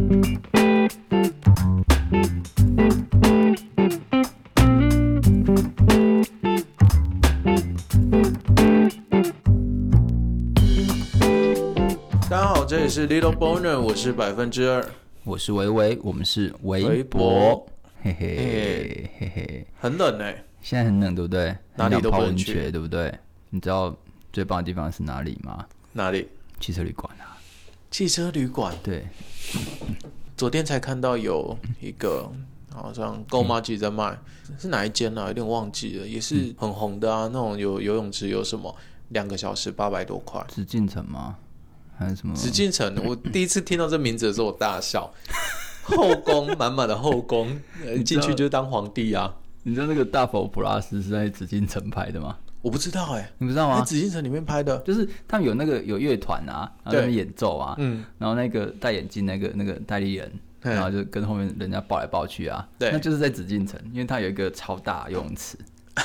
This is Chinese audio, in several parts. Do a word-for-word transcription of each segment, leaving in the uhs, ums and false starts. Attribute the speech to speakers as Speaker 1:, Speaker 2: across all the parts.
Speaker 1: 大家好，这里是 Little Boner， 我是百分之二，
Speaker 2: 我是维维，我们是微博，嘿嘿嘿嘿，
Speaker 1: 很冷哎、欸，
Speaker 2: 现在很冷对不对？
Speaker 1: 哪里都不能去，
Speaker 2: 泡温泉对不对？你知道最棒的地方是哪里吗？
Speaker 1: 哪里？
Speaker 2: 汽车旅馆啊。
Speaker 1: 汽车旅馆，
Speaker 2: 对。
Speaker 1: 昨天才看到有一个好像购妈机在卖，嗯、是哪一间啊？有点忘记了，也是很红的啊，那种有游泳池，有什么两个小时八百多块。
Speaker 2: 紫禁城吗？还是什么？
Speaker 1: 紫禁城，我第一次听到这名字的时候，我大笑。后宫满满的后宫，进去就当皇帝啊！
Speaker 2: 你知道那个大佛普拉斯是在紫禁城拍的吗？
Speaker 1: 我不知道哎、欸，
Speaker 2: 你不知道吗？
Speaker 1: 在紫禁城里面拍的，
Speaker 2: 就是他们有那个有乐团啊，然后在那边演奏啊，嗯，然后那个戴眼镜那个那个代理人，然后就跟后面人家抱来抱去啊，对，那就是在紫禁城，因为它有一个超大游泳池。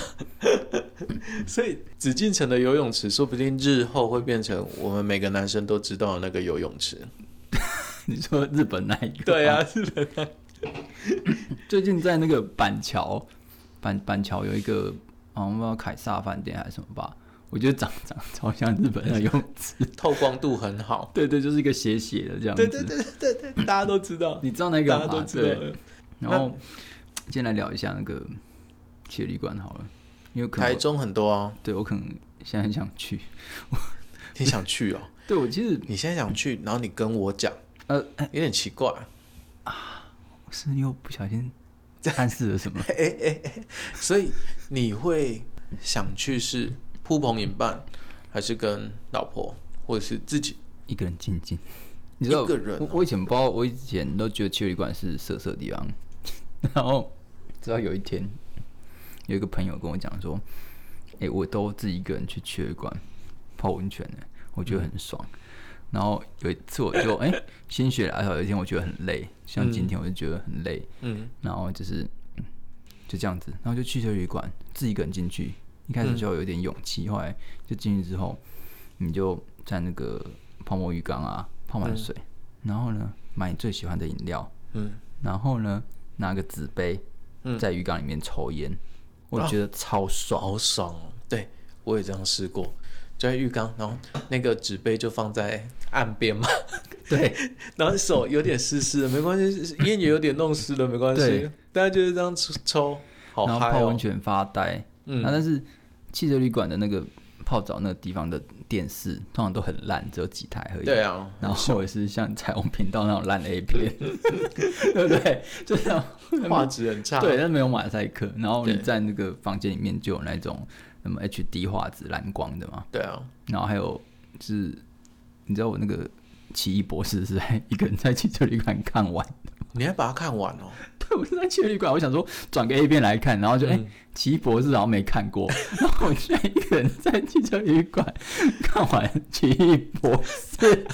Speaker 1: 所以紫禁城的游泳池说不定日后会变成我们每个男生都知道的那个游泳池。
Speaker 2: 你说日本那一个？
Speaker 1: 对啊，日本那一个。
Speaker 2: 最近在那个板桥，板板桥有一个好像不知道凯撒饭店还是什么吧，我觉得长长超像日本的游泳池，
Speaker 1: 透光度很好。
Speaker 2: 对对，就是一个斜斜的这样子。
Speaker 1: 对对对对对，大家都知道。
Speaker 2: 你知道那个吗？
Speaker 1: 大家都知道。
Speaker 2: 然后今天来聊一下那个汽车旅馆好了。因为可能
Speaker 1: 台中很多啊，
Speaker 2: 对我可能现在很想去。
Speaker 1: 你想去哦？
Speaker 2: 对，我其实
Speaker 1: 你现在想去，然后你跟我讲，呃，有点奇怪
Speaker 2: 啊，我是又不小心暗示了什么？
Speaker 1: 哎哎哎，所以你会想去是呼朋引伴，还是跟老婆，或者是自己
Speaker 2: 一个人静静？你知道，一个人、哦我，我以前不知道，我以前都觉得汽车旅馆是色色的地方，然后直到有一天。有一个朋友跟我讲说：“哎、欸，我都自己一个人去汽车旅馆泡温泉呢，我觉得很爽。嗯”然后有一次我就哎、欸、心血来潮，有一天我觉得很累，像今天我就觉得很累，嗯，然后就是就这样子，然后就去汽车旅馆自己一个人进去，一开始就有点勇气，后来就进去之后，你就在那个泡沫浴缸啊泡满水，嗯、然后呢买你最喜欢的饮料，嗯，然后呢拿个纸杯在浴缸里面抽烟。我觉得超爽、
Speaker 1: 哦，好爽哦！对，我也这样试过，就在浴缸，然后那个纸杯就放在岸边嘛，
Speaker 2: 对，
Speaker 1: 然后手有点湿湿的，没关系，烟也有点弄湿了，没关系，大家就是这样抽，好嗨哦！
Speaker 2: 然后泡温泉发呆，嗯，但是汽车旅馆的那个泡澡那个地方的电视通常都很烂，只有几台而已。
Speaker 1: 对啊，
Speaker 2: 然后也是像彩虹频道那种烂 A 片，对不对？就这样，
Speaker 1: 画质很差。
Speaker 2: 对，但没有马赛克。然后你在那个房间里面就有那种什么 H D 画质蓝光的嘛。
Speaker 1: 对啊。
Speaker 2: 然后还有就是你知道我那个奇异博士是在一个人在汽车旅馆看完的。
Speaker 1: 你还把它看完哦？
Speaker 2: 对，我是在汽车旅馆，我想说转个 A 片来看，然后就哎，奇异博士好像没看过，然后我居然一个人在汽车旅馆看完奇异博士。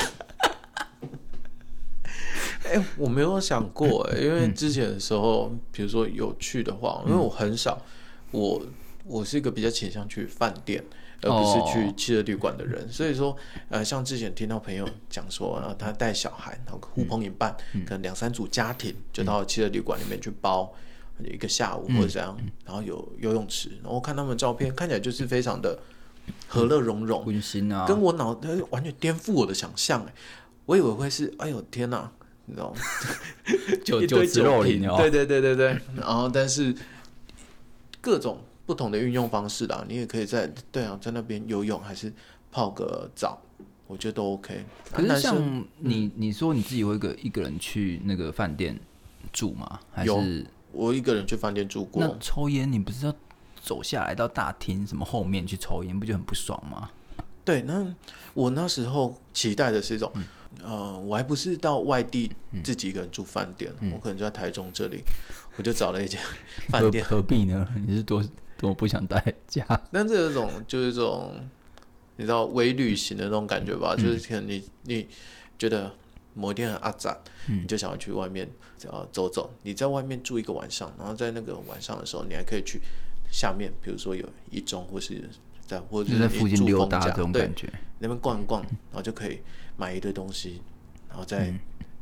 Speaker 1: 哎、欸，我没有想过哎、欸，因为之前的时候，比如说有去的话，因为我很少，我我是一个比较倾向去饭店，而不是去汽车旅馆的人，哦、所以说，呃，像之前听到朋友讲说，呃，他带小孩，然后呼朋引伴，嗯、可能两三组家庭就到汽车旅馆里面去包一个下午或者这样，嗯、然后有游泳池，然后看他们的照片，看起来就是非常的和乐融融，
Speaker 2: 温馨啊，
Speaker 1: 跟我脑袋完全颠覆我的想象哎，我以为会是，哎呦天哪！你知道吗？
Speaker 2: 酒酒池肉林哦，
Speaker 1: 对对对对对。然后，但是各种不同的运用方式啦，你也可以在对啊，在那边游泳，还是泡个澡，我觉得都 OK。
Speaker 2: 可是像你，你说你自己会一个一个人去那个饭店住吗？还是
Speaker 1: 有我一个人去饭店住过。
Speaker 2: 那抽烟，你不是要走下来到大厅什么后面去抽烟，不就很不爽吗？
Speaker 1: 对，那我那时候期待的是一种。嗯呃，我还不是到外地自己一个人住饭店，嗯、我可能就在台中这里，我就找了一间饭店。
Speaker 2: 何必呢？你是多多不想待在家？
Speaker 1: 但是有种就是这种，你知道微旅行的那种感觉吧？嗯、就是可能你你觉得某一天很阿杂，嗯、你就想要去外面呃走走。你在外面住一个晚上，然后在那个晚上的时候，你还可以去下面，比如说有一中或是在或者是
Speaker 2: 在附近溜达这种感觉，
Speaker 1: 那边逛一逛，然后就可以买一堆东西，然后再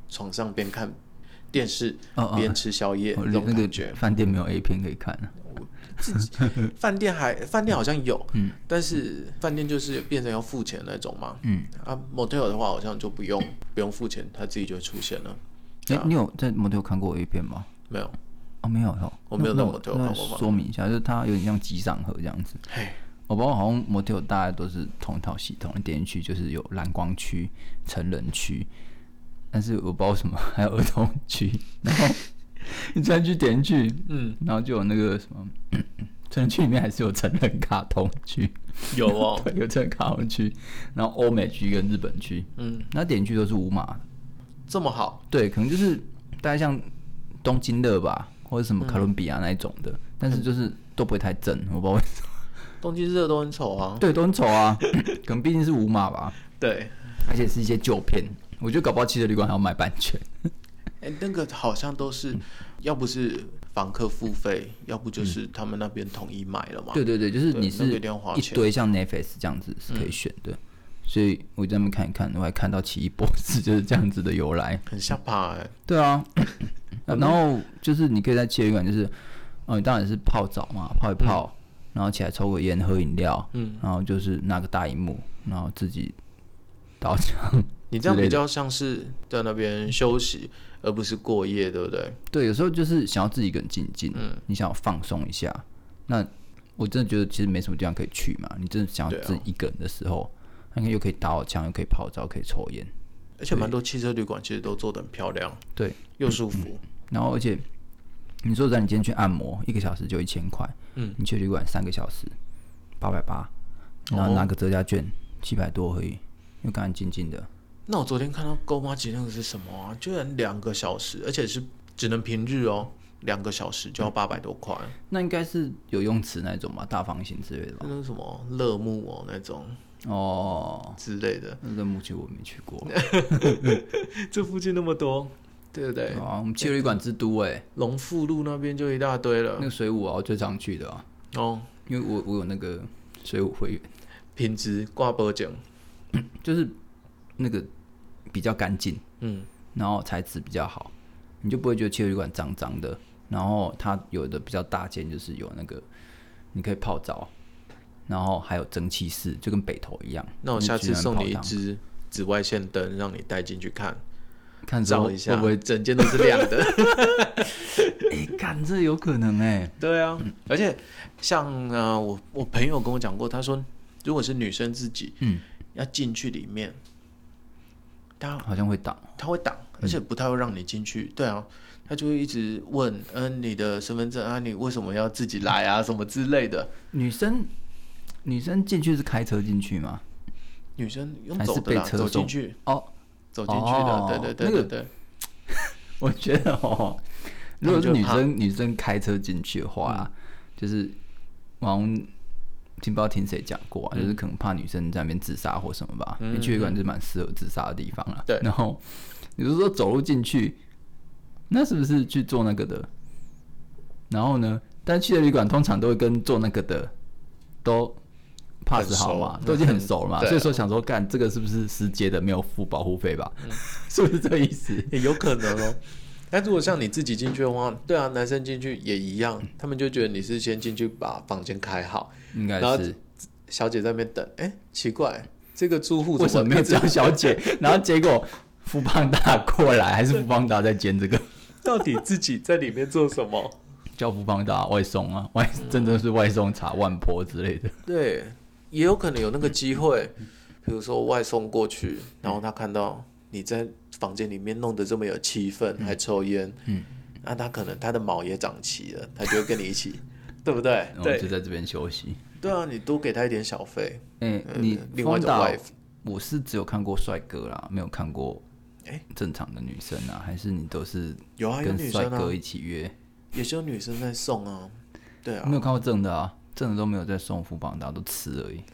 Speaker 1: 床上边看电视边吃宵夜，这种感觉。
Speaker 2: 饭店没有 A 片可以看啊。
Speaker 1: 饭店还饭店好像有，嗯，但是饭店就是变成要付钱的那种嘛，嗯啊 ，motel 的话好像就不用不用付钱，它自己就会出现了。
Speaker 2: 哎、欸，你有在 motel 看过 A 片吗？
Speaker 1: 没有，
Speaker 2: 哦，没有哦，
Speaker 1: 我没有在 motel 看过。
Speaker 2: 说明一下，就是它有点像机上盒这样子。嘿，我不知道，好像 motel 大家都是同一套系统，点进去就是有蓝光区、成人区，但是我不知道什么还有儿童区，然后。你成人区点进去，嗯，然后就有那个什么，成人区里面还是有成人卡通区，
Speaker 1: 有哦，
Speaker 2: 对，有成人卡通区，然后欧美区跟日本区，嗯，那点进去都是无码，
Speaker 1: 这么好？
Speaker 2: 对，可能就是大概像东京乐吧，或者什么哥伦比亚那一种的，嗯、但是就是都不会太正，我不知道为什么。
Speaker 1: 东京热都很丑啊，
Speaker 2: 对，都很丑啊，可能毕竟是无码吧，
Speaker 1: 对，
Speaker 2: 而且是一些旧片，我觉得搞不好汽车旅馆还要买版权。
Speaker 1: 哎、欸，那个好像都是，要不是房客付费，要不就是他们那边统一买了嘛。
Speaker 2: 对对对，就是你是一堆像 Netflix 这样子是可以选的，嗯、所以我在那边看一看，我还看到奇异博士就是这样子的由来，
Speaker 1: 很吓怕哎、欸。
Speaker 2: 对啊，然后就是你可以在汽车旅馆，就是哦，你当然是泡澡嘛，泡一泡，嗯、然后起来抽个烟，喝饮料，嗯，然后就是拿个大萤幕，然后自己倒枪。
Speaker 1: 你这样比较像是在那边休息，而不是过夜，对不对？
Speaker 2: 对，有时候就是想要自己一个人静一静，嗯，你想要放松一下。那我真的觉得其实没什么地方可以去嘛。你真的想要自己一个人的时候，那、啊、又可以打好枪，又可以泡澡，可以抽烟，
Speaker 1: 而且蛮多汽车旅馆其实都做得很漂亮，
Speaker 2: 对，
Speaker 1: 又舒服。
Speaker 2: 嗯嗯、然后而且你说在你今天去按摩，一个小时就一千块，嗯，你去旅馆三个小时八百八，然后拿个折价券七百多而已，又干干净净的。
Speaker 1: 那我昨天看到勾妈吉那个是什么啊？居然两个小时，而且是只能平日哦，两个小时就要八百多块、嗯。
Speaker 2: 那应该是有泳池那种吧，大方形之类的吧？
Speaker 1: 那是什么乐木哦那种哦之类的。
Speaker 2: 乐木其实我没去过，
Speaker 1: 这附近那么多，对不对？
Speaker 2: 啊，我们汽车旅馆之都哎、欸，
Speaker 1: 龙富路那边就一大堆了。
Speaker 2: 那个水舞啊，我最常去的啊。哦，因为我我有那个水舞会员，
Speaker 1: 品质挂保证，
Speaker 2: 就是那个。比较干净，嗯，然后材质比较好，你就不会觉得汽车旅馆脏脏的。然后它有的比较大间，就是有那个你可以泡澡，然后还有蒸汽室，就跟北投一样。
Speaker 1: 那我下次送你一支紫外线灯，让你带进去看，
Speaker 2: 看
Speaker 1: 照一下，会不会整间都是亮的？
Speaker 2: 哎、欸，看这有可能哎、欸。
Speaker 1: 对啊，嗯、而且像呃，我我朋友跟我讲过，他说如果是女生自己，嗯，要进去里面。他
Speaker 2: 好像会挡，
Speaker 1: 他会挡，而且不太会让你进去。嗯、对啊，他就会一直问，嗯、呃，你的身份证啊，你为什么要自己来啊，什么之类的。
Speaker 2: 女生，女生进去是开车进去吗？
Speaker 1: 女生用走的啦，走进去哦，走进去的，哦、对对对对对。那個、
Speaker 2: 我觉得哦，如果是女生女生開車進去的話、嗯、就是往聽不知道聽誰講過、啊嗯、就是可能怕女生在那邊自殺或什麼吧。嗯，汽車旅館是蠻適合自殺的地方啦。對，然後你是說走路進去，那是不是去做那個的？然後呢？但汽車旅館通常都會跟做那個的都 pass 好嘛，都已經很熟了嘛，所以說想說幹這個是不是私接的，沒有付保護費吧？嗯、是不是這個意思？
Speaker 1: 也有可能哦。但如果像你自己進去的話，對啊，男生進去也一樣，他們就覺得你是先進去把房間開好，
Speaker 2: 應該是，
Speaker 1: 然後小姐在那邊等，哎、欸，奇怪，這個住戶
Speaker 2: 為什麼沒有叫小姐？然後結果富邦達過來，還是富邦達在兼這個？
Speaker 1: 到底自己在裡面做什麼？
Speaker 2: 叫富邦達外送啊，外真的是外送茶萬波之類的。
Speaker 1: 對，也有可能有那個機會，比如說外送過去，然後他看到你在房間裡面弄得這麼有氣氛，嗯、還抽煙，嗯，那他可能他的毛也長齊了，他就會跟你一起，對不對？
Speaker 2: 然後就在這邊休息。
Speaker 1: 對啊，你多給他一點小費。
Speaker 2: 哎、欸，你另外一種 wife，我是只有看過帥哥啦，沒有看過正常的女生啊，還是你都是
Speaker 1: 有啊，
Speaker 2: 跟帥哥一起約？
Speaker 1: 也是有女生在送啊，對啊，
Speaker 2: 沒有看過正的啊，正的都沒有在送富邦達，都吃而已。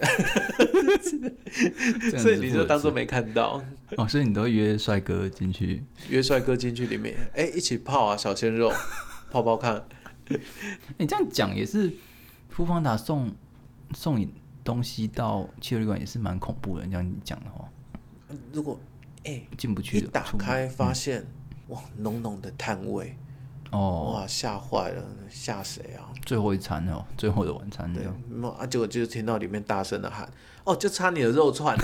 Speaker 1: 所以你就當作沒看到
Speaker 2: 哦，所以你都約帥哥進去，
Speaker 1: 約帥哥進去裡面，哎、欸，一起泡啊，小鮮肉，泡泡看。
Speaker 2: 你這樣講也是，富邦達送送你東西到汽車旅館也是蠻恐怖的，這樣你講的話。
Speaker 1: 如果哎，
Speaker 2: 进不去的。
Speaker 1: 一打开发现、嗯、哇，浓浓的炭味。哦，哇，吓坏了，吓谁啊？
Speaker 2: 最后一餐哦，最后的晚餐。
Speaker 1: 对，啊，结果就听到里面大声的喊：“哦，就差你的肉串啊！”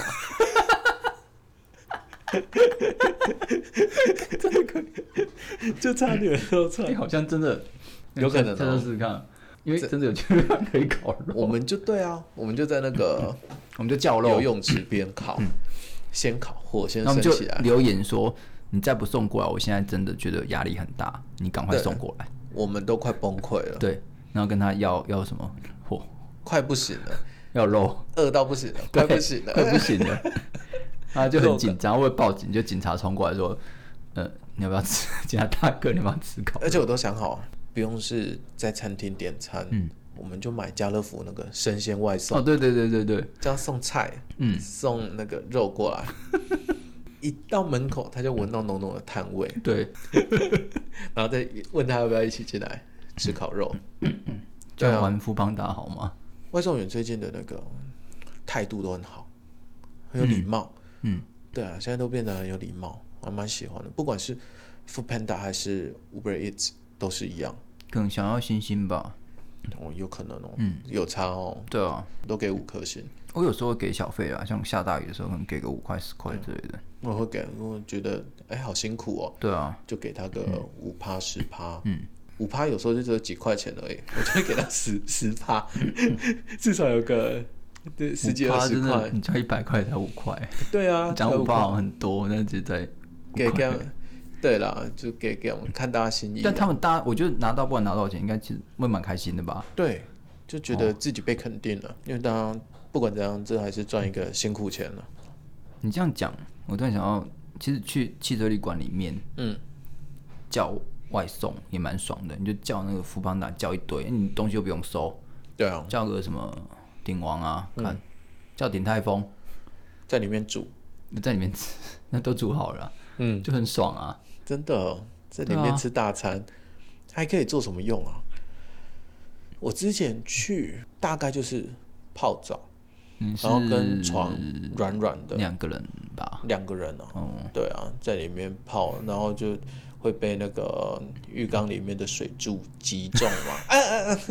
Speaker 1: 真的可以，就差你的肉串。
Speaker 2: 欸、好像真的
Speaker 1: 有可能、哦，
Speaker 2: 再试试看，因为真的有地方可以烤肉。
Speaker 1: 我们就对啊，我们就在那个，
Speaker 2: 我们就叫肉
Speaker 1: 游泳池边烤，嗯、先烤，火先升起来。
Speaker 2: 留言说。你再不送过来，我现在真的觉得压力很大。你赶快送过来，
Speaker 1: 我们都快崩溃了。
Speaker 2: 对，然后跟他要要什么货，
Speaker 1: 快不行了，
Speaker 2: 要肉，
Speaker 1: 饿到不行了，快不行了，
Speaker 2: 快不行了。他就很紧张，会报警，就警察冲过来说：“呃，你要不要吃？警察大哥，你要不要吃烤肉？”
Speaker 1: 而且我都想好，不用是在餐厅点餐，嗯，我们就买家乐福那个生鲜外送。
Speaker 2: 哦，对对对对对，
Speaker 1: 这样送菜，嗯，送那个肉过来。一到门口，他就闻到浓浓的炭味。
Speaker 2: 对，
Speaker 1: 然后再问他要不要一起进来吃烤肉。
Speaker 2: 这样玩富邦达好吗？
Speaker 1: 外送员最近的那个态度都很好，很有礼貌。嗯，嗯对啊，现在都变得很有礼貌，我还蛮喜欢的。不管是 Foodpanda 还是 Uber Eats 都是一样。
Speaker 2: 可能想要星星吧。
Speaker 1: 哦，有可能哦，嗯，有差哦。
Speaker 2: 对啊，
Speaker 1: 都给五颗星。
Speaker 2: 我有时候会给小费啊，像下大雨的时候，可能给个五块、十块之类的。
Speaker 1: 我会给，我觉得哎、欸，好辛苦哦。
Speaker 2: 对啊，
Speaker 1: 就给他个五趴、十趴。嗯，五趴有时候就只有几块钱而已，我就会给他十十趴，至少有个对十几二十块。
Speaker 2: 你交一百块才五块。
Speaker 1: 对啊，
Speaker 2: 讲五趴好像很多，但只在
Speaker 1: 给给。对啦，就给给我们看大家心意。
Speaker 2: 但他们大，我觉得拿到不管拿到钱，应该其实会蛮开心的吧？
Speaker 1: 对，就觉得自己被肯定了，哦、因为当然不管怎样，这还是赚一个辛苦钱了。
Speaker 2: 你这样讲，我突然想到，其实去汽车旅馆里面，嗯，叫外送也蛮爽的。你就叫那个福邦达叫一堆，你东西又不用收。
Speaker 1: 对啊，
Speaker 2: 叫个什么鼎王啊，看、嗯、叫鼎泰丰，
Speaker 1: 在里面煮，
Speaker 2: 在里面吃，那都煮好了，嗯，就很爽啊。
Speaker 1: 真的在里面吃大餐、啊、还可以做什么用啊？我之前去大概就是泡澡，然后跟床软软的，
Speaker 2: 两个人吧，
Speaker 1: 两个人哦、啊嗯，对啊，在里面泡，然后就会被那个浴缸里面的水柱击中嘛，啊啊啊、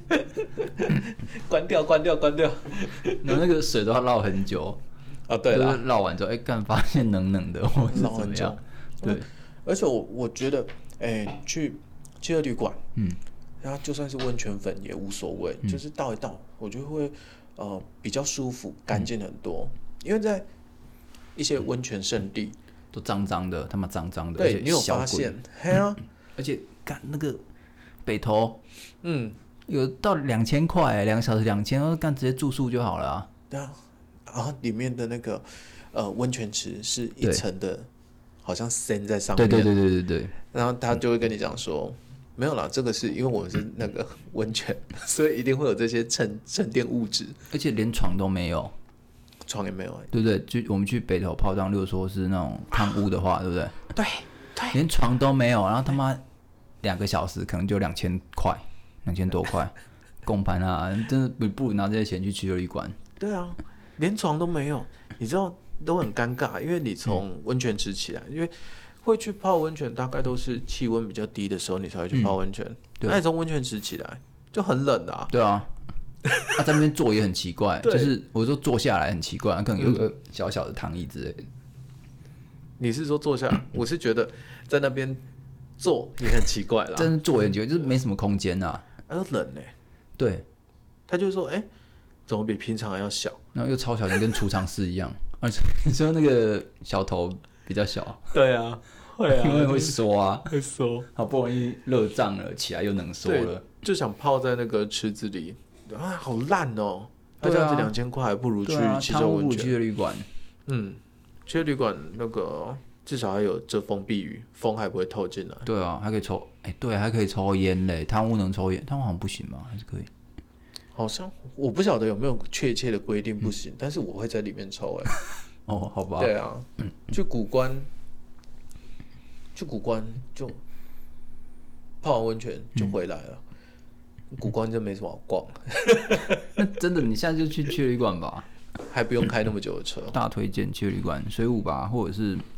Speaker 1: 关掉关掉关掉，
Speaker 2: 然后那个水都要绕很久
Speaker 1: 啊，对啦，
Speaker 2: 就是绕完之后，哎、欸，干发现冷冷的，或是怎么样？对。
Speaker 1: 而且我我觉得，哎、欸，去汽车旅馆，嗯，然后就算是温泉粉也无所谓、嗯，就是倒一倒，我觉得会呃比较舒服，干净很多、嗯。因为在一些温泉圣地、嗯、
Speaker 2: 都脏脏的，他妈脏脏的，
Speaker 1: 对，你有发现？嘿啊、
Speaker 2: 嗯，而且干那个北投，
Speaker 1: 嗯，
Speaker 2: 有到两千块，两个小时两千，干直接住宿就好了啊。
Speaker 1: 对啊，然后里面的那个呃温泉池是一层的。好像深在上面，
Speaker 2: 对对对对对对，
Speaker 1: 然后他就会跟你讲说、嗯，没有啦，这个是因为我们是那个温泉，所以一定会有这些沉沉淀物质，
Speaker 2: 而且连床都没有，
Speaker 1: 床也没有、欸，
Speaker 2: 对不对？就我们去北投泡汤，如果说是那种汤屋的话，对不对？
Speaker 1: 对对，
Speaker 2: 连床都没有，然后他妈两个小时可能就两千块，两千多块，共盘啊，真的不不如拿这些钱去汽车旅馆。
Speaker 1: 对啊，连床都没有，你知道？都很尴尬，因为你从温泉池起来、嗯，因为会去泡温泉，大概都是气温比较低的时候，你才会去泡温泉。嗯、那你从温泉池起来就很冷的啊。
Speaker 2: 对啊，他、啊、在那边坐也很奇怪，就是我说坐下来很奇怪，可能有个小小的躺椅之类的。
Speaker 1: 你是说坐下来？我是觉得在那边坐也很奇怪啦，
Speaker 2: 真的坐也很奇怪，就是没什么空间啊。
Speaker 1: 啊，冷哎、欸。
Speaker 2: 对，
Speaker 1: 他就说，哎、欸，怎么比平常还要小？
Speaker 2: 然后又超小，跟储藏室一样。你说那个小头比较小，
Speaker 1: 对啊，会啊，
Speaker 2: 因为会缩啊，
Speaker 1: 会缩，
Speaker 2: 好不容易热胀了起来，又能缩了，
Speaker 1: 就想泡在那个池子里，啊，好烂哦！那、啊、这样子两千块，还不如去汽车温泉、
Speaker 2: 汽车旅馆。
Speaker 1: 嗯，汽车旅馆那个至少还有遮风避雨，风还不会透进来。
Speaker 2: 对啊，还可以抽，哎、欸，对，还可以抽烟嘞。汤屋能抽烟，汤屋好像不行吧？还是可以？
Speaker 1: 好像我不晓得有没有确切的规定不行、嗯，但是我会在里面抽哎、欸。
Speaker 2: 哦，好吧。
Speaker 1: 对啊，嗯、去古关，去古关就泡完温泉就回来了。嗯、古关就没什么好逛。
Speaker 2: 那真的，你现在就去汽车旅馆吧，
Speaker 1: 还不用开那么久的车。
Speaker 2: 大推荐汽车旅馆，水舞吧，或者是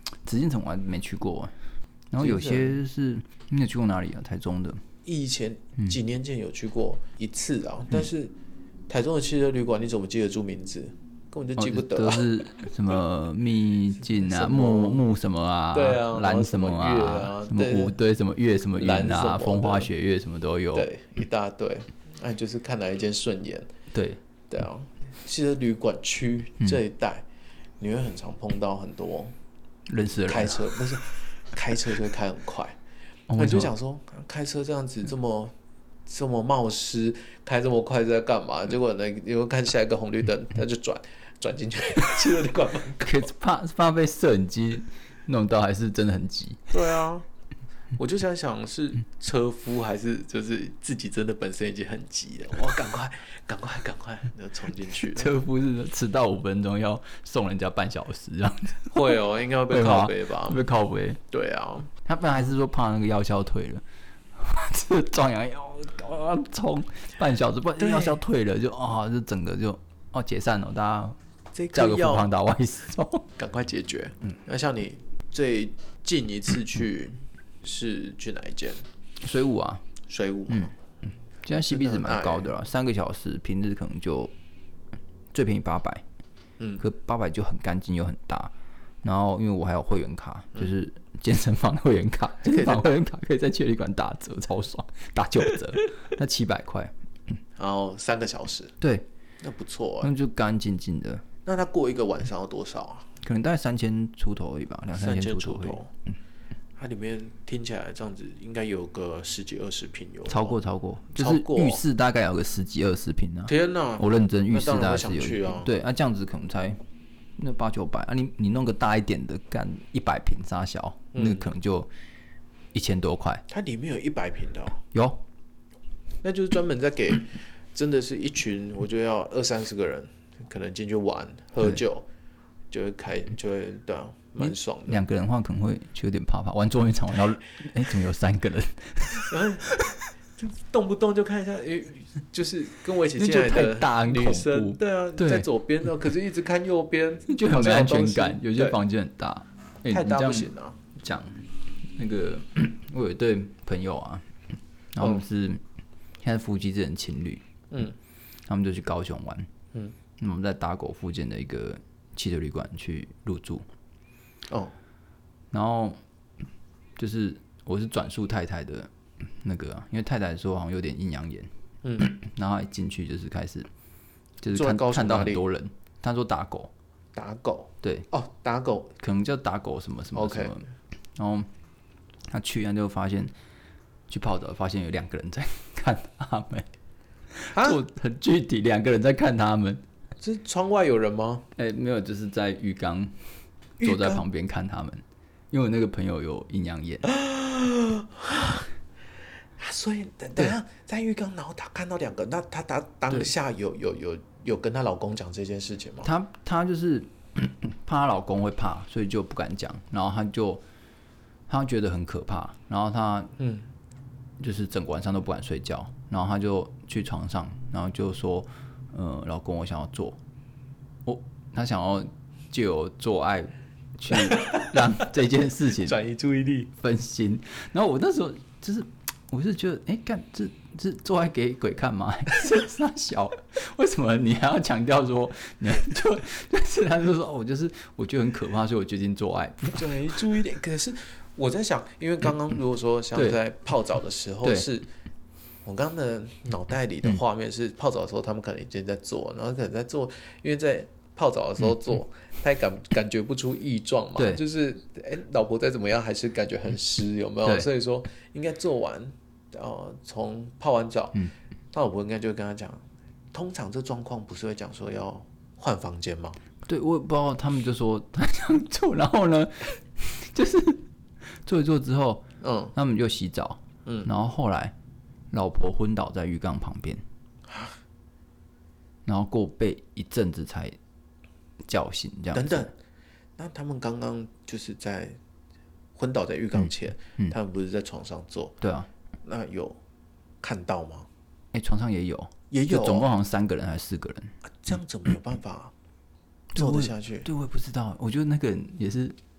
Speaker 2: 紫禁城我还没去过，然后有些是你有去过哪里啊？台中的？
Speaker 1: 以前几年前有去过一次啊，嗯、但是台中的汽车旅馆你怎么记得住名字？根本就记不得、啊
Speaker 2: 哦，都是什么秘境啊、木木什么啊，
Speaker 1: 对啊，
Speaker 2: 蓝什么啊，
Speaker 1: 啊
Speaker 2: 什么五堆什么月什么云啊，风花雪月什么都有，
Speaker 1: 对，一大堆。哎，就是看哪一间顺眼。
Speaker 2: 对
Speaker 1: 对啊，汽车旅馆区这一带，嗯、你会很常碰到很多
Speaker 2: 认识的人
Speaker 1: 开车，但是开车就会开很快。哦、你就想说，开车这样子这么这么冒失，开这么快是在干嘛？结果呢，因为看下一个红绿灯，他就转转进去汽车旅馆门口。
Speaker 2: 可是怕怕被摄影机弄到，还是真的很急？
Speaker 1: 对啊。我就想想是车夫还是就是自己真的本身已经很急了，我赶快赶快赶快就冲进去。
Speaker 2: 车夫是迟到五分钟要送人家半小时这样子。
Speaker 1: 会哦，应该会被靠背吧？
Speaker 2: 会被靠背。
Speaker 1: 对啊，
Speaker 2: 他本来还是说怕那个药效退了，这壮阳药要冲半小时，不然药效退了就啊、哦，就整个就哦解散了，大家叫个富胖达外送，
Speaker 1: 赶快解决。嗯，那像你最近一次去。是去哪一间？
Speaker 2: 水舞啊，
Speaker 1: 水舞。
Speaker 2: 嗯嗯，现在 C P 值蛮高的啦，三个小时，平日可能就最便宜八百，嗯，可八百就很干净又很大。然后因为我还有会员卡，嗯、就是健身房的会员卡，健身房会员卡可以在汽车旅馆打折，超爽，打九折，那七百块。
Speaker 1: 然后三个小时，
Speaker 2: 对，
Speaker 1: 那不错、
Speaker 2: 欸，那就干净净的。
Speaker 1: 那他过一个晚上要多少啊？
Speaker 2: 可能大概三千出头而已吧，两三千出
Speaker 1: 头。嗯。它里面听起来这样子，应该有个十几二十坪有，
Speaker 2: 超过超过，就是浴室大概有个十几二十坪啊！
Speaker 1: 天哪，
Speaker 2: 我认真，浴室大概是有，
Speaker 1: 啊、
Speaker 2: 对啊，这样子可能才那八九百啊，你你弄个大一点的，干一百坪沙小，嗯、那个可能就一千多块。
Speaker 1: 它里面有一百坪的、哦，
Speaker 2: 有，
Speaker 1: 那就是专门在给，真的是一群，我觉得要二三十个人，可能进去玩喝酒，就会开就会对啊。蛮爽的，
Speaker 2: 两个人的话可能会就有点怕怕。玩桌游场玩到，哎、欸，怎么有三个人？
Speaker 1: 然后就动不动就看一下，哎，就是跟我一起进来的女生，对啊，对在左边的，可是一直看右边，
Speaker 2: 就很没安全感。有些房间很大，
Speaker 1: 欸、太大不行啊。
Speaker 2: 讲那个，我有一对朋友啊，然后我们是现在夫妻这人情侣，嗯，他们就去高雄玩，嗯，我们在打狗附近的一个汽车旅馆去入住。哦，然后就是我是转述太太的那个、啊，因为太太说好像有点阴阳眼，嗯，然后一进去就是开始就是 看, 看到很多人，他说打狗，
Speaker 1: 打狗，
Speaker 2: 对，
Speaker 1: 哦，打狗，
Speaker 2: 可能叫打狗什么什么什么， okay. 然后他去然后就发现去泡澡，发现有两个人在看他们，做很具体，两个人在看他们，
Speaker 1: 是窗外有人吗？
Speaker 2: 哎、欸，没有，就是在浴缸。坐在旁边看他们，因为我那个朋友有阴阳眼，
Speaker 1: 所以等等下在浴缸，然后他看到两个，那他当当下有有有有跟她老公讲这件事情吗？
Speaker 2: 她她就是怕她老公会怕，所以就不敢讲，然后她就她觉得很可怕，然后她嗯就是整个晚上都不敢睡觉，然后她就去床上，然后就说，呃，老公我想要做，我她想要就有做爱。去让这件事情
Speaker 1: 转移注意力、
Speaker 2: 分心，然后我那时候就是，我是觉得，哎、欸，干这这做爱给鬼看吗？这傻小，为什么你还要强调说，你就就是他就说，我就是我觉得很可怕，所以我决定做爱，
Speaker 1: 转移注意力。可是我在想，因为刚刚如果说像在泡澡的时候是。我刚刚的脑袋里的画面是泡澡的时候，他们可能已经在做，然后可能在做，因为在泡澡的时候做，他也感感觉不出异状嘛，就是哎、欸，老婆再怎么样还是感觉很湿，有没有？所以说应该做完，呃，从泡完澡，嗯，他老婆应该就会跟他讲，通常这状况不是会讲说要换房间吗？
Speaker 2: 对，我也不知道，他们就说他想做，然后呢，就是做一做之后，嗯，他们就洗澡，嗯，然后后来。老婆昏倒在浴缸旁边，然后过被一阵子才叫醒，这样子。
Speaker 1: 等等，那他们刚刚就是在昏倒在浴缸前，嗯嗯、他们不是在床上做？
Speaker 2: 对啊。
Speaker 1: 那有看到吗？
Speaker 2: 哎、欸，床上也有，
Speaker 1: 也有、哦，
Speaker 2: 总共好像三个人还是四个人、
Speaker 1: 啊？这样怎么有办法做得下去？
Speaker 2: 对，我也不知道。我觉得那个人也是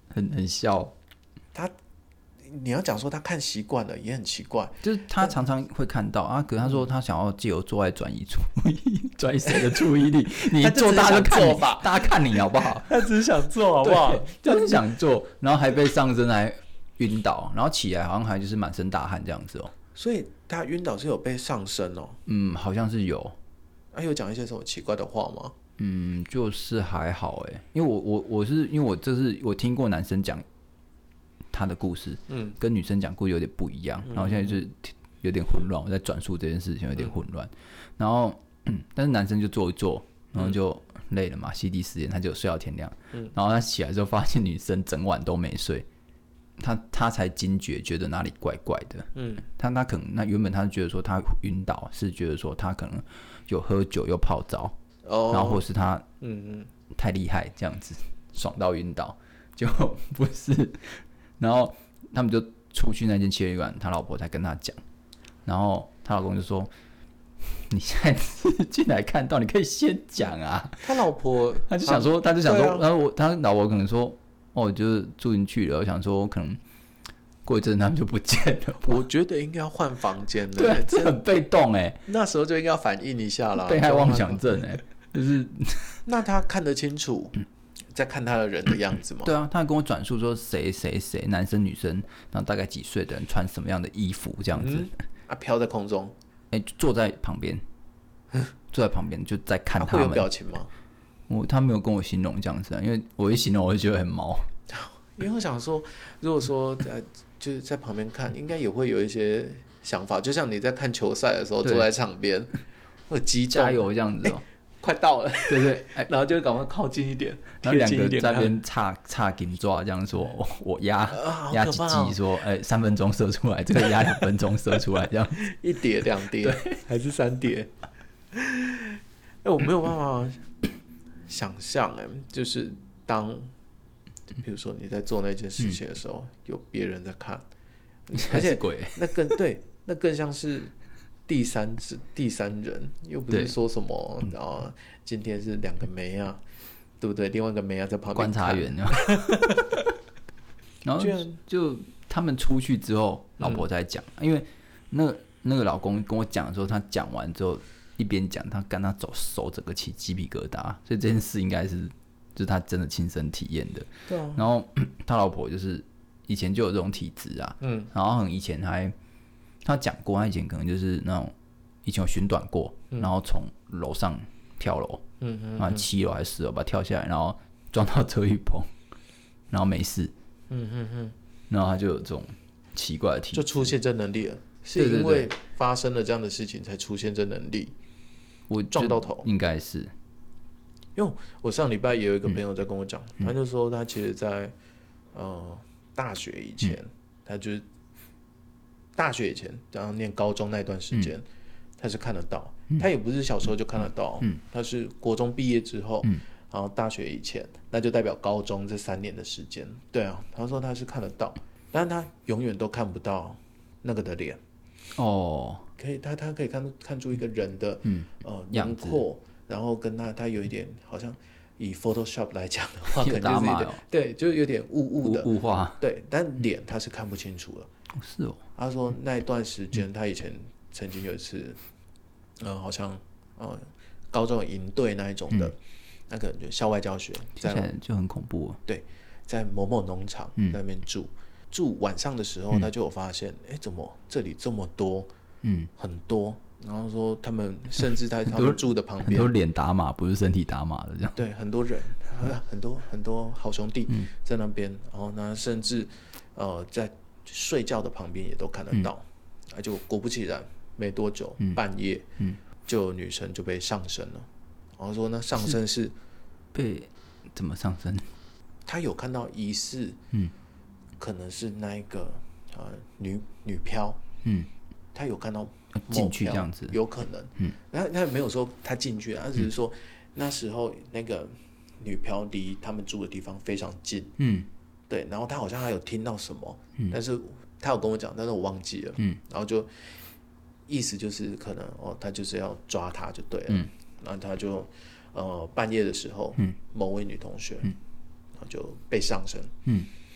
Speaker 2: 很很笑。
Speaker 1: 他你要讲说他看习惯了也很奇怪，
Speaker 2: 就是他常常会看到啊，可是他说他想要借由做爱转移注意，转移谁的注意力？你做大家就看你，大家看你好不好？
Speaker 1: 他只是想做好不好？
Speaker 2: 就是想做，然后还被上身还晕倒，然后起来好像还就是满身大汗这样子哦。
Speaker 1: 所以他晕倒是有被上身哦？
Speaker 2: 嗯，好像是有。
Speaker 1: 他、啊、有讲一些什么奇怪的话吗？
Speaker 2: 嗯，就是还好哎，因为我我我是因为我这是我听过男生讲他的故事，嗯，跟女生讲故事有点不一样，嗯、然后现在就是有点混乱，我在转述这件事情有点混乱，嗯、然后、嗯、但是男生就做一做，然后就累了嘛，C D 时间他就睡到天亮，嗯，然后他起来之后发现女生整晚都没睡。他他才惊觉，觉得哪里怪怪的。嗯，他他可能那原本他觉得说他晕倒，是觉得说他可能有喝酒又泡澡，哦，然后或是他嗯嗯太厉害这样子爽到晕倒，就不是。然后他们就出去那间汽车旅馆，他老婆才跟他讲，然后他老公就说：“你现在进来看到，你可以先讲啊。”
Speaker 1: 他老婆
Speaker 2: 他就想说，他就想说，啊、然后我他老婆可能说。哦，就是住进去了，我想说可能过一阵他们就不见了。
Speaker 1: 我觉得应该要换房间了。
Speaker 2: 对、啊，这很被动哎、欸。
Speaker 1: 那时候就应该要反应一下啦。
Speaker 2: 被害妄想症哎、欸，就是。
Speaker 1: 那他看得清楚，在看他的人的样子吗？
Speaker 2: 对啊，他跟我转述说谁谁谁，男生女生，然后大概几岁的人穿什么样的衣服这样子。嗯、
Speaker 1: 啊，飘在空中，
Speaker 2: 哎、欸，坐在旁边，坐在旁边就在看他们。
Speaker 1: 啊、会有表情吗？
Speaker 2: 我他没有跟我形容这样子啊，因为我一形容我就觉得很毛。
Speaker 1: 因为我想说，如果说在就是在旁边看，应该也会有一些想法，就像你在看球赛的时候坐在场边，会激动
Speaker 2: 加油这样子哦、喔欸，
Speaker 1: 快到了，
Speaker 2: 对对，欸、
Speaker 1: 然后就赶快靠近一点，
Speaker 2: 然后两个在那边插插紧抓这样说，我我压压几记说，哎、欸，三分钟射出来，这个压两分钟射出来，这样
Speaker 1: 一叠两叠还是三叠？哎、欸，我没有办法。想象哎，就是当，比如说你在做那件事情的时候，嗯、有别人在看，而且那更对，那更像是第三者、第三人，又不是说什么啊，今天是两个妹啊，对不对？另外一个妹啊在旁边
Speaker 2: 观察员啊，然后就他们出去之后，老婆在讲，嗯、因为那那个老公跟我讲的时候，他讲完之后。一边讲，他跟他走手整个起鸡皮疙瘩，所以这件事应该是就是他真的亲身体验的。
Speaker 1: 对啊。
Speaker 2: 然后他老婆就是以前就有这种体质啊，嗯，然后以前还他讲过，他以前可能就是那种以前有寻短过，嗯、然后从楼上跳楼，嗯嗯，然后七楼还是四楼吧跳下来，然后撞到遮雨棚，然后没事，嗯嗯嗯，然后他就有这种奇怪的体质，
Speaker 1: 就出现这能力了，是因为发生了这样的事情才出现这能力。
Speaker 2: 我
Speaker 1: 撞到头，
Speaker 2: 应该是，
Speaker 1: 因为我上礼拜也有一个朋友在跟我讲，嗯、他就说他其实在呃大学以前，嗯、他就是大学以前，然后念高中那段时间，嗯、他是看得到，嗯、他也不是小时候就看得到，嗯、他是国中毕业之后，嗯、然后大学以前，那就代表高中这三年的时间，对啊，他说他是看得到，但是他永远都看不到那个的脸，
Speaker 2: 哦。
Speaker 1: 可以，他他可以看看出一个人的、嗯、呃轮廓，然后跟他他有一点好像以 Photoshop 来讲的话，可能就是有点、哦、对，就有点雾雾的
Speaker 2: 雾化，
Speaker 1: 对，但脸他是看不清楚了。
Speaker 2: 哦是哦，
Speaker 1: 他说那一段时间，他以前曾经有一次，呃，好像呃高中有营队那一种的，嗯、那个就校外教学，
Speaker 2: 听起来就很恐怖、哦。
Speaker 1: 对，在某某农场在那边住，嗯、住晚上的时候，他就有发现，哎、嗯，怎么这里这么多？嗯，很多，然后说他们甚至在他们住的旁边，
Speaker 2: 很多脸打码，不是身体打码的这样。
Speaker 1: 对，很多人，很多很多好兄弟在那边，嗯、然后呢，甚至呃在睡觉的旁边也都看得到。嗯、啊，就果不其然，没多久、嗯、半夜，嗯，就有女生就被上身了。然后说那上身是
Speaker 2: 被怎么上身？
Speaker 1: 他有看到疑似，嗯，可能是那一个呃女女漂，嗯。他有看到
Speaker 2: 进去这样子，
Speaker 1: 有可能。嗯，他他没有说他进去，他只是说、嗯、那时候那个女漂离他们住的地方非常近。嗯，对，然后他好像还有听到什么，嗯、但是他有跟我讲，但是我忘记了。嗯，然后就意思就是可能哦，他就是要抓他就对了。嗯，然后他就呃半夜的时候，嗯、某位女同学，嗯、然后就被上身。嗯，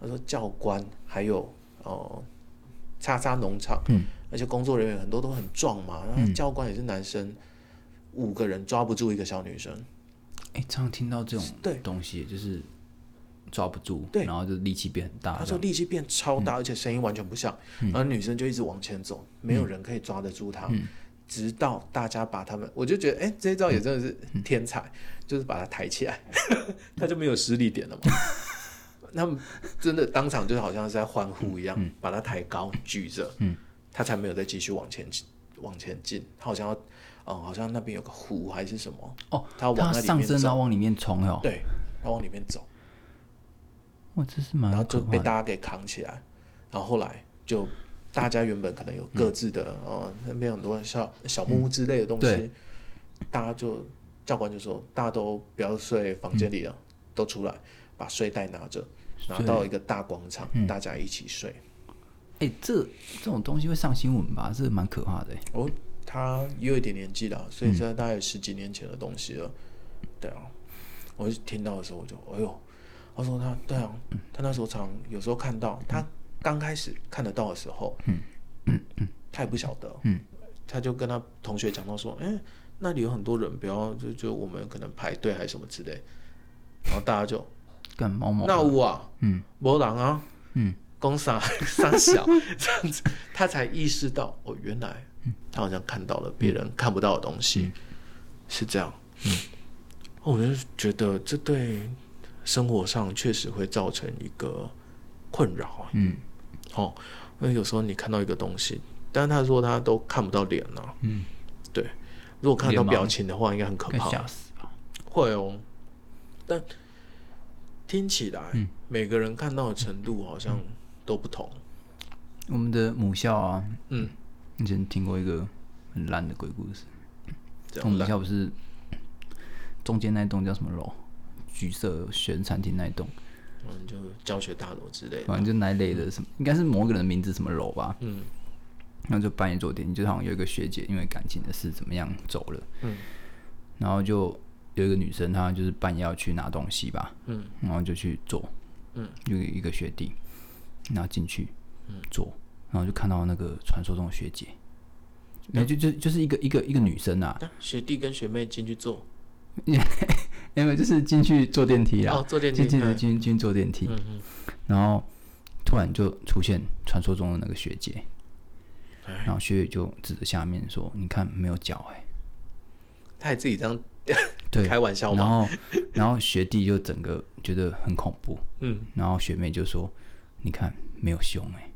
Speaker 1: 他说教官还有呃叉叉农场，
Speaker 2: 嗯，
Speaker 1: 而且工作人员很多都很壮嘛，然后教官也是男生，五个人抓不住一个小女生。
Speaker 2: 哎，常常听到这种东西，就是抓不住，
Speaker 1: 对，
Speaker 2: 然后就力气变很大。
Speaker 1: 他说力气变超大，嗯、而且声音完全不像，嗯、然后女生就一直往前走，没有人可以抓得住她。嗯，直到大家把他们，我就觉得，哎，这一招也真的是天才，嗯、就是把他抬起来，他就没有施力点了嘛。他们真的当场就好像是在欢呼一样，嗯、把他抬高举着，嗯、他才没有再继续往前往前进。他好像要，嗯，好像那边有个湖还是什么，
Speaker 2: 哦，
Speaker 1: 他往那里面走，
Speaker 2: 他上升然后往里面冲哦，
Speaker 1: 对，他往里面走。
Speaker 2: 哇，这是蛮，
Speaker 1: 然后就被大家给扛起来，然后后来就。大家原本可能有各自的，嗯、呃，那边很多小小木屋之类的东西，嗯、大家就教官就说，大家都不要睡房间里了，嗯、都出来，把睡袋拿着，拿到一个大广场，嗯、大家一起睡。
Speaker 2: 哎、欸，这这种东西会上新闻吧？这蛮可怕的。
Speaker 1: 哦，他也有一点年纪了，所以这大概十几年前的东西了。嗯、对啊，我听到的时候我就，哎呦，他说他，对啊，他那时候常有时候看到他。刚开始看得到的时候，嗯嗯嗯，他也不晓得，嗯，他就跟他同学讲到说，哎、欸，那里有很多人，不要就就我们可能排队还是什么之类，然后大家就
Speaker 2: 干毛毛，
Speaker 1: 那有啊，嗯，没人啊，嗯，公傻傻小这样子，他才意识到哦，原来他好像看到了别人看不到的东西，嗯、是这样，嗯，我就觉得这对生活上确实会造成一个困扰，嗯。哦，因为有时候你看到一个东西，但是他说他都看不到脸了、啊，嗯，对，如果看到表情的话，应该很可怕，
Speaker 2: 吓死吧？
Speaker 1: 会哦，但听起来、嗯、每个人看到的程度好像都不同。
Speaker 2: 我们的母校啊，嗯，以前听过一个很烂的鬼故事，我们母校不是中间那栋叫什么楼？橘色玄餐厅那一栋。
Speaker 1: 嗯，就教学大楼之类的，
Speaker 2: 反正就那一类的什么，应该是某个人的名字什么楼吧。嗯，然后就半夜坐电梯，就好像有一个学姐因为感情的事怎么样走了。嗯，然后就有一个女生，她就是半夜要去拿东西吧。嗯，然后就去坐。嗯，有一个学弟，然后进去，嗯，坐，然后就看到那个传说中的学姐，嗯、就就就是一个一个一个女生啊。
Speaker 1: 学弟跟学妹进去坐。
Speaker 2: 因为就是进去坐电梯啦，
Speaker 1: 哦，坐电梯，
Speaker 2: 进去进进坐电梯，嗯嗯，然后突然就出现传说中的那个学姐，然后学姐就指着下面说：“你看没有脚哎、欸。”
Speaker 1: 他还自己这样对开玩笑吗？
Speaker 2: 然后然后学弟就整个觉得很恐怖，嗯，然后学妹就说：“你看没有胸哎、欸。”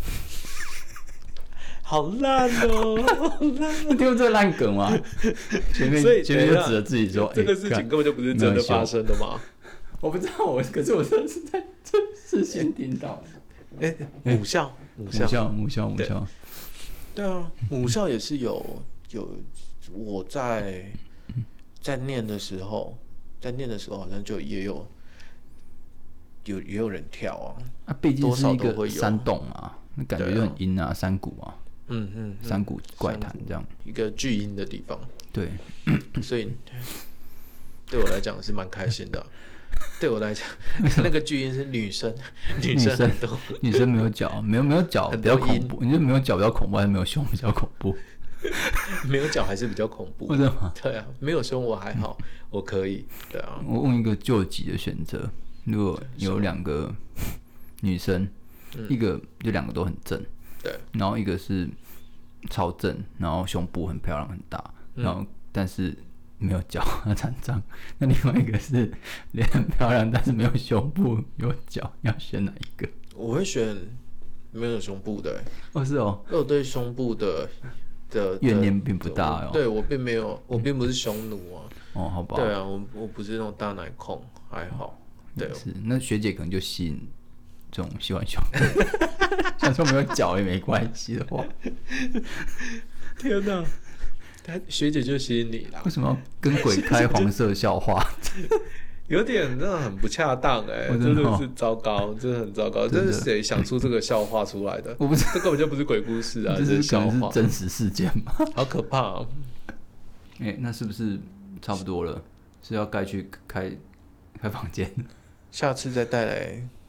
Speaker 1: 好烂哦！好烂、哦！
Speaker 2: 你听过这个烂梗吗？前面前面就指着自己说：“
Speaker 1: 这个事情根本就不是真的发生的嘛！”
Speaker 2: 我不知道，我可是我真的是在这事先听到的。
Speaker 1: 哎、欸，母校，母
Speaker 2: 校，母校，母校，
Speaker 1: 对啊，母校也是有有我在在念的时候，在念的时候好像就也有有也有人跳啊。
Speaker 2: 啊，毕竟是一个山洞啊，那感觉就很阴啊，山谷啊。嗯嗯，山谷怪谈这样
Speaker 1: 一个巨阴的地方，
Speaker 2: 对，
Speaker 1: 所以对我来讲是蛮开心的。对我来讲，那个巨阴是女生，女生很多，
Speaker 2: 女生没有脚，没有没有脚比较恐怖。你觉得没有脚比较恐怖，还是没有胸比较恐怖？
Speaker 1: 没有脚还是比较恐怖，
Speaker 2: 为什么？
Speaker 1: 对啊，没有胸我还好，我可以。对啊，
Speaker 2: 我问一个救急的选择，如果有两个女生，一个就两个都很正。
Speaker 1: 对，
Speaker 2: 然后一个是超正，然后胸部很漂亮很大，嗯、然后但是没有脚，残障。那另外一个是脸很漂亮，但是没有胸部有脚，要选哪一个？
Speaker 1: 我会选没有胸部的、欸。
Speaker 2: 哦，是哦，
Speaker 1: 因为我对胸部的的
Speaker 2: 怨念并不大哦。
Speaker 1: 对我并没有，我并不是胸奴啊。
Speaker 2: 哦，好吧。
Speaker 1: 对啊，我我不是那种大奶控，还好。对，
Speaker 2: 是那学姐可能就吸引这种喜欢胸。想说没有脚也没关系的话，
Speaker 1: 天哪！学姐就吸引你啦。
Speaker 2: 为什么要跟鬼开黄色笑话？
Speaker 1: 有点真的很不恰当哎、欸，真的是糟糕，真的很糟糕。这是谁想出这个笑话出来的？
Speaker 2: 我不知道，
Speaker 1: 这根本就不是鬼故事啊，
Speaker 2: 这
Speaker 1: 是笑话，
Speaker 2: 是真实事件嘛？
Speaker 1: 好可怕哦！
Speaker 2: 哎、欸，那是不是差不多了？是要该去开开房间？
Speaker 1: 下次再带来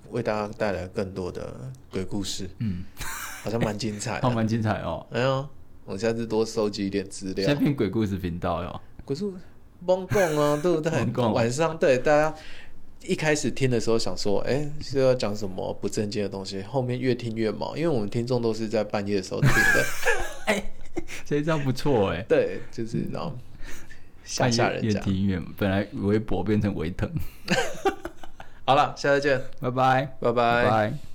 Speaker 1: 为大家带来更多的鬼故事。嗯，好像蛮精彩的，
Speaker 2: 好蛮精彩哦。
Speaker 1: 哎呀，我下次多收集一点资料。
Speaker 2: 现在变鬼故事频道哟，
Speaker 1: 鬼故事蒙讲啊，对不对？晚上对大家一开始听的时候想说，哎、欸，是要讲什么不正经的东西，后面越听越毛，因为我们听众都是在半夜的时候听的。
Speaker 2: 哎，所以这样不错哎。
Speaker 1: 对，就是然后吓吓人家。
Speaker 2: 越听越本来微博变成微疼。
Speaker 1: 好了，下次见，
Speaker 2: 拜拜，
Speaker 1: 拜拜。
Speaker 2: 拜拜。